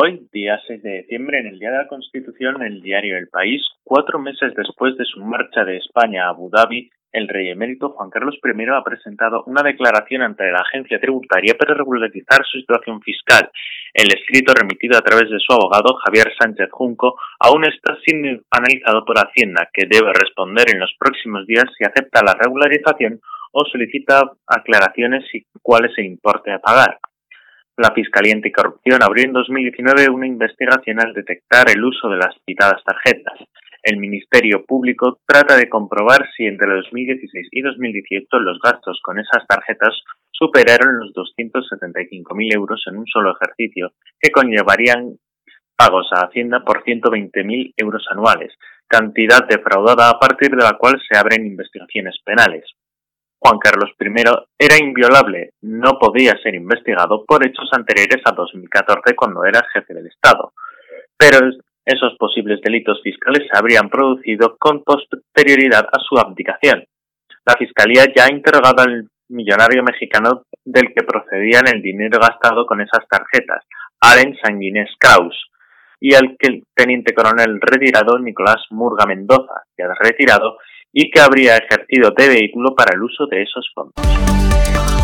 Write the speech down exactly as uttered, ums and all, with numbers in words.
Hoy, día seis de diciembre, en el Día de la Constitución, en el diario El País, cuatro meses después de su marcha de España a Abu Dhabi, el rey emérito Juan Carlos primero ha presentado una declaración ante la agencia tributaria para regularizar su situación fiscal. El escrito remitido a través de su abogado Javier Sánchez Junco aún está siendo analizado por Hacienda, que debe responder en los próximos días si acepta la regularización o solicita aclaraciones y cuál es el importe a pagar. La Fiscalía Anticorrupción abrió en dos mil diecinueve una investigación al detectar el uso de las citadas tarjetas. El Ministerio Público trata de comprobar si entre dos mil dieciséis y dos mil dieciocho los gastos con esas tarjetas superaron los doscientos setenta y cinco mil euros en un solo ejercicio, que conllevarían pagos a Hacienda por ciento veinte mil euros anuales, cantidad defraudada a partir de la cual se abren investigaciones penales. Juan Carlos primero era inviolable, no podía ser investigado por hechos anteriores a dos mil catorce cuando era jefe del Estado, pero esos posibles delitos fiscales se habrían producido con posterioridad a su abdicación. La Fiscalía ya ha interrogado al millonario mexicano del que procedían el dinero gastado con esas tarjetas, Allen Sanguinés Kraus, y al que el teniente coronel retirado Nicolás Murga Mendoza, ya retirado, y que habría ejercido de vehículo para el uso de esos fondos.